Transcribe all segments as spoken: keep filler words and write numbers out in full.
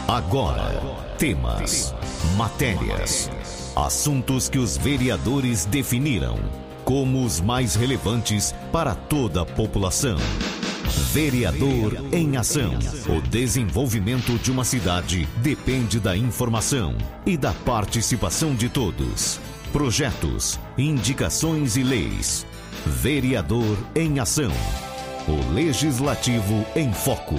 Agora, temas, matérias, assuntos que os vereadores definiram como os mais relevantes para toda a população. Vereador em Ação. O desenvolvimento de uma cidade depende da informação e da participação de todos. Projetos, indicações e leis. Vereador em Ação. O Legislativo em Foco.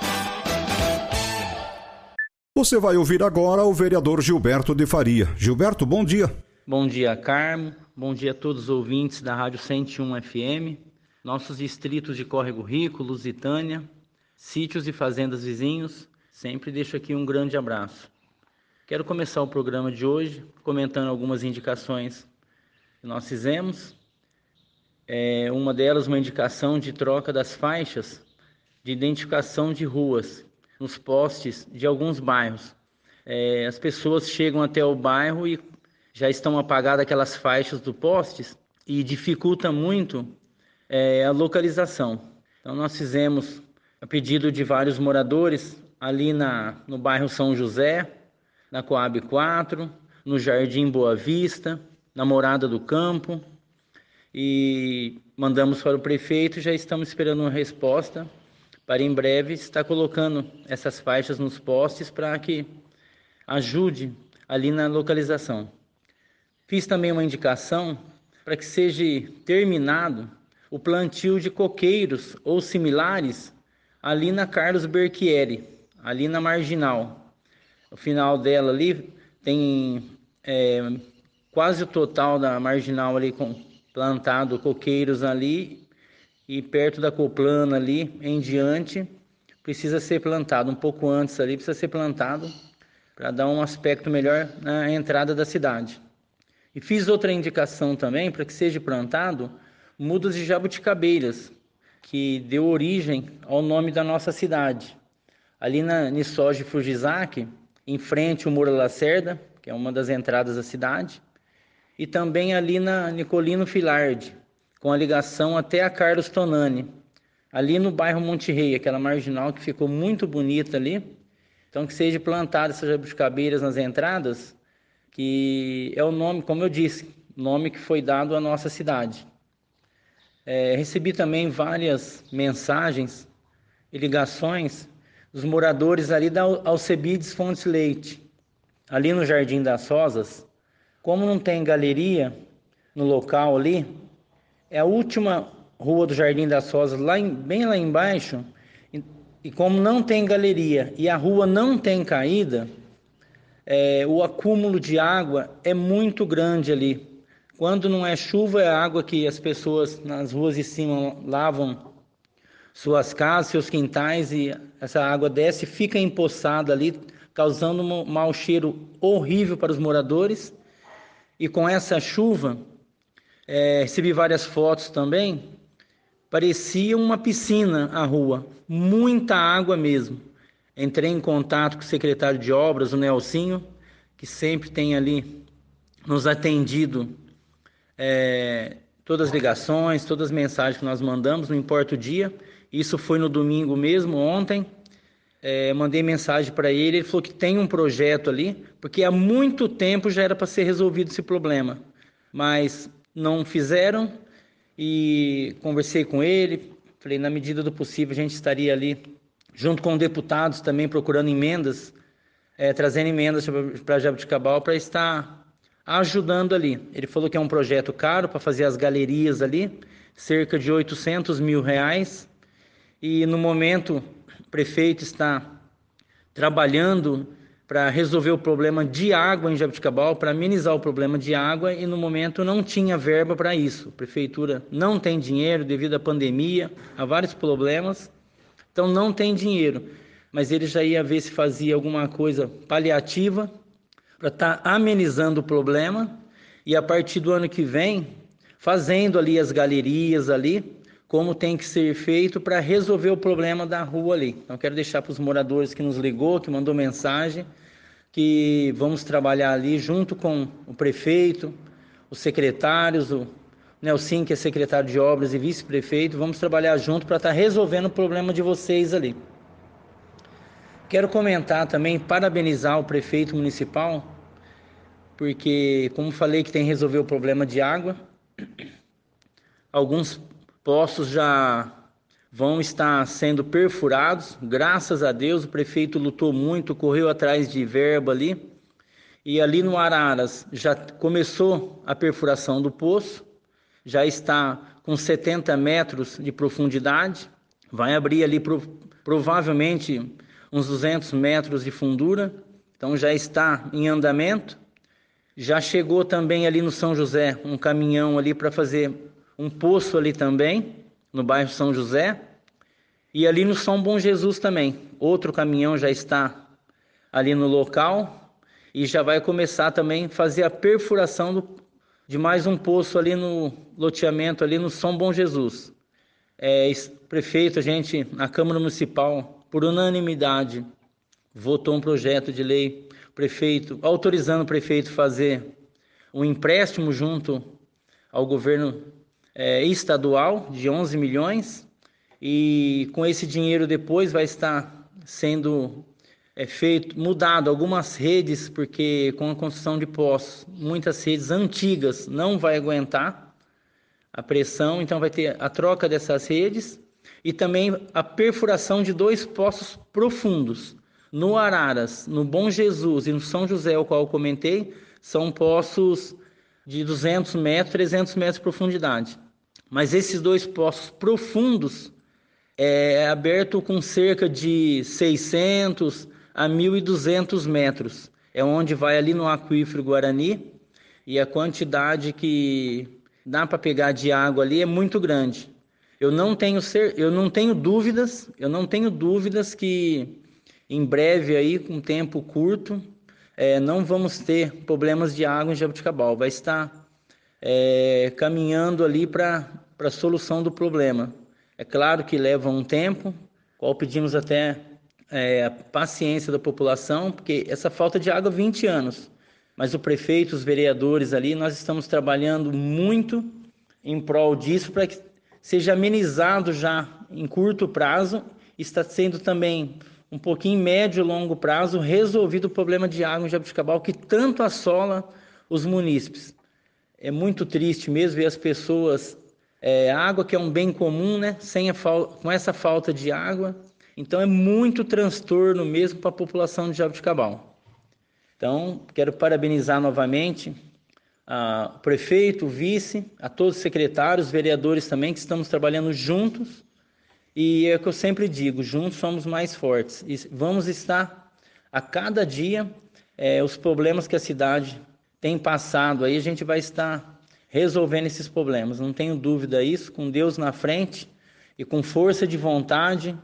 Você vai ouvir agora o vereador Gilberto de Faria. Gilberto, bom dia. Bom dia, Carmo. Bom dia a todos os ouvintes da Rádio cento e um F M, nossos distritos de Córrego Rico, Lusitânia, sítios e fazendas vizinhos. Sempre deixo aqui um grande abraço. Quero começar o programa de hoje comentando algumas indicações que nós fizemos. É, uma delas, uma indicação de troca das faixas de identificação de ruas nos postes de alguns bairros. É, as pessoas chegam até o bairro e já estão apagadas aquelas faixas do postes e dificulta muito é, a localização. Então nós fizemos, a pedido de vários moradores, ali na, no bairro São José, na Coab quatro, no Jardim Boa Vista, na Morada do Campo, e mandamos para o prefeito e já estamos esperando uma resposta para em breve estar colocando essas faixas nos postes para que ajude ali na localização. Fiz também uma indicação para que seja terminado o plantio de coqueiros ou similares ali na Carlos Berchieri, ali na Marginal. O final dela ali tem é, quase o total da Marginal ali com, plantado coqueiros ali, e perto da Coplana ali em diante precisa ser plantado, um pouco antes ali precisa ser plantado para dar um aspecto melhor na entrada da cidade. E fiz outra indicação também para que seja plantado mudas de jabuticabeiras, que deu origem ao nome da nossa cidade. Ali na Nissoge Fujisac, em frente ao Moura Lacerda, que é uma das entradas da cidade, e também ali na Nicolino Filardi, com a ligação até a Carlos Tonani, ali no bairro Monte Rei, aquela marginal que ficou muito bonita ali. Então que seja plantada essas jabuticabeiras nas entradas, que é o nome, como eu disse, nome que foi dado à nossa cidade. É, recebi também várias mensagens e ligações dos moradores ali da Alcebiades Fontes Leite, ali no Jardim das Rosas. Como não tem galeria no local ali, é a última rua do Jardim das Rosas, lá em, bem lá embaixo, e, e como não tem galeria e a rua não tem caída, é, o acúmulo de água é muito grande ali. Quando não é chuva, é água que as pessoas nas ruas de cima lavam suas casas, seus quintais, e essa água desce e fica empoçada ali, causando um mau cheiro horrível para os moradores. E com essa chuva, é, recebi várias fotos também, parecia uma piscina a rua, muita água mesmo. Entrei em contato com o secretário de obras, o Nelsinho, que sempre tem ali nos atendido é, todas as ligações, todas as mensagens que nós mandamos, não importa o dia. Isso foi no domingo mesmo, ontem. É, mandei mensagem para ele, ele falou que tem um projeto ali, porque há muito tempo já era para ser resolvido esse problema, mas não fizeram. E conversei com ele, falei, na medida do possível a gente estaria ali junto com deputados também procurando emendas, é, trazendo emendas para Jabuticabal para estar ajudando ali. Ele falou que é um projeto caro para fazer as galerias ali, cerca de oitocentos mil reais, e no momento o prefeito está trabalhando para resolver o problema de água em Jabuticabal, para amenizar o problema de água, e no momento não tinha verba para isso. A prefeitura não tem dinheiro devido à pandemia, a vários problemas, então não tem dinheiro. Mas ele já ia ver se fazia alguma coisa paliativa para estar tá amenizando o problema, e a partir do ano que vem, fazendo ali as galerias ali, como tem que ser feito para resolver o problema da rua ali. Então, quero deixar para os moradores que nos ligou, que mandou mensagem, que vamos trabalhar ali junto com o prefeito, os secretários, o Nelson, que é secretário de obras e vice-prefeito, vamos trabalhar junto para estar resolvendo o problema de vocês ali. Quero comentar também, parabenizar o prefeito municipal, porque, como falei, que tem que resolver o problema de água. Alguns poços já vão estar sendo perfurados. Graças a Deus, o prefeito lutou muito, correu atrás de verba ali. E ali no Araras já começou a perfuração do poço, já está com setenta metros de profundidade. Vai abrir ali pro, provavelmente uns duzentos metros de fundura. Então já está em andamento. Já chegou também ali no São José um caminhão ali para fazer um poço ali também, no bairro São José. E ali no São Bom Jesus também, outro caminhão já está ali no local e já vai começar também a fazer a perfuração do, de mais um poço ali no loteamento ali no São Bom Jesus. É, prefeito, a gente, na Câmara Municipal, por unanimidade, votou um projeto de lei, prefeito, autorizando o prefeito a fazer um empréstimo junto ao governo é, estadual de onze milhões, e com esse dinheiro depois vai estar sendo é, feito, mudado algumas redes, porque com a construção de poços, muitas redes antigas não vai aguentar a pressão, então vai ter a troca dessas redes e também a perfuração de dois poços profundos. No Araras, no Bom Jesus e no São José, o qual eu comentei, são poços de duzentos metros, trezentos metros de profundidade. Mas esses dois poços profundos é aberto com cerca de seiscentos a mil e duzentos metros. É onde vai ali no aquífero Guarani, e a quantidade que dá para pegar de água ali é muito grande. Eu não tenho cer- eu não tenho dúvidas, eu não tenho dúvidas que em breve aí, com tempo curto, é, não vamos ter problemas de água em Jaboticabal. Vai estar é, caminhando ali para a solução do problema. É claro que leva um tempo, qual pedimos até é, a paciência da população, porque essa falta de água há vinte anos. Mas o prefeito, os vereadores ali, nós estamos trabalhando muito em prol disso para que seja amenizado já em curto prazo. Está sendo também um pouquinho em médio e longo prazo resolvido o problema de água em Jaboticabal, que tanto assola os munícipes. É muito triste mesmo ver as pessoas, é, água que é um bem comum, né, sem a fal- com essa falta de água. Então é muito transtorno mesmo para a população de Jaboticabal. Então, quero parabenizar novamente a, o prefeito, o vice, a todos os secretários, vereadores também, que estamos trabalhando juntos. E é o que eu sempre digo, juntos somos mais fortes. E vamos estar a cada dia, é, os problemas que a cidade tem passado aí, a gente vai estar resolvendo esses problemas. Não tenho dúvida disso, com Deus na frente e com força de vontade,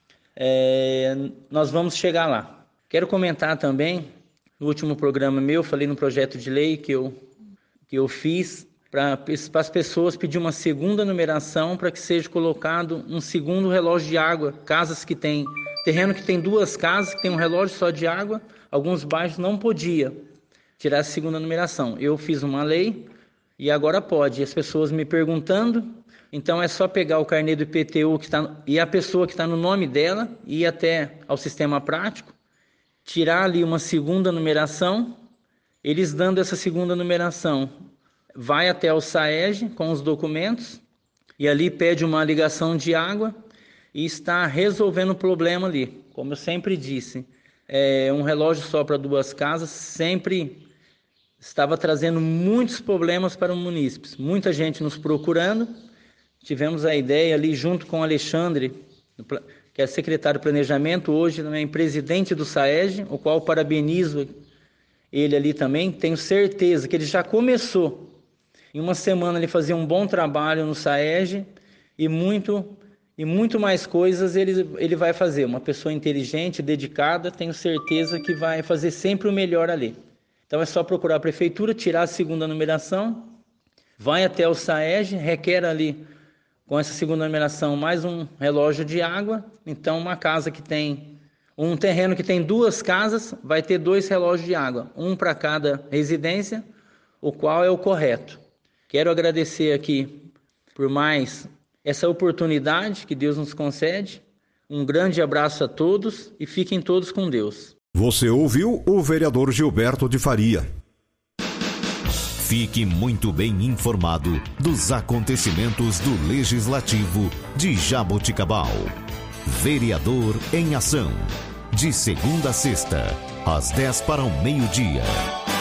é, nós vamos chegar lá. Quero comentar também, no último programa meu, falei no projeto de lei que eu, que eu fiz, para as pessoas pedir uma segunda numeração para que seja colocado um segundo relógio de água. Casas que tem, terreno que tem duas casas, que tem um relógio só de água, alguns bairros não podia tirar a segunda numeração. Eu fiz uma lei e agora pode. E as pessoas me perguntando, então é só pegar o carnê do I P T U que tá, e a pessoa que está no nome dela, ir até ao sistema prático, tirar ali uma segunda numeração, eles dando essa segunda numeração, vai até o SAEG com os documentos e ali pede uma ligação de água e está resolvendo o problema ali. Como eu sempre disse, é, um relógio só para duas casas sempre estava trazendo muitos problemas para os munícipes. Muita gente nos procurando. Tivemos a ideia ali junto com o Alexandre, que é secretário de Planejamento, hoje também presidente do SAEG, o qual parabenizo ele ali também. Tenho certeza que ele já começou. Em uma semana ele fazia um bom trabalho no SAEG e muito, e muito mais coisas ele, ele vai fazer. Uma pessoa inteligente, dedicada, tenho certeza que vai fazer sempre o melhor ali. Então é só procurar a prefeitura, tirar a segunda numeração, vai até o SAEG, requer ali com essa segunda numeração mais um relógio de água. Então uma casa que tem, um terreno que tem duas casas, vai ter dois relógios de água, um para cada residência, o qual é o correto. Quero agradecer aqui por mais essa oportunidade que Deus nos concede. Um grande abraço a todos e fiquem todos com Deus. Você ouviu o vereador Gilberto de Faria. Fique muito bem informado dos acontecimentos do Legislativo de Jaboticabal. Vereador em Ação. De segunda a sexta, às dez para o meio-dia.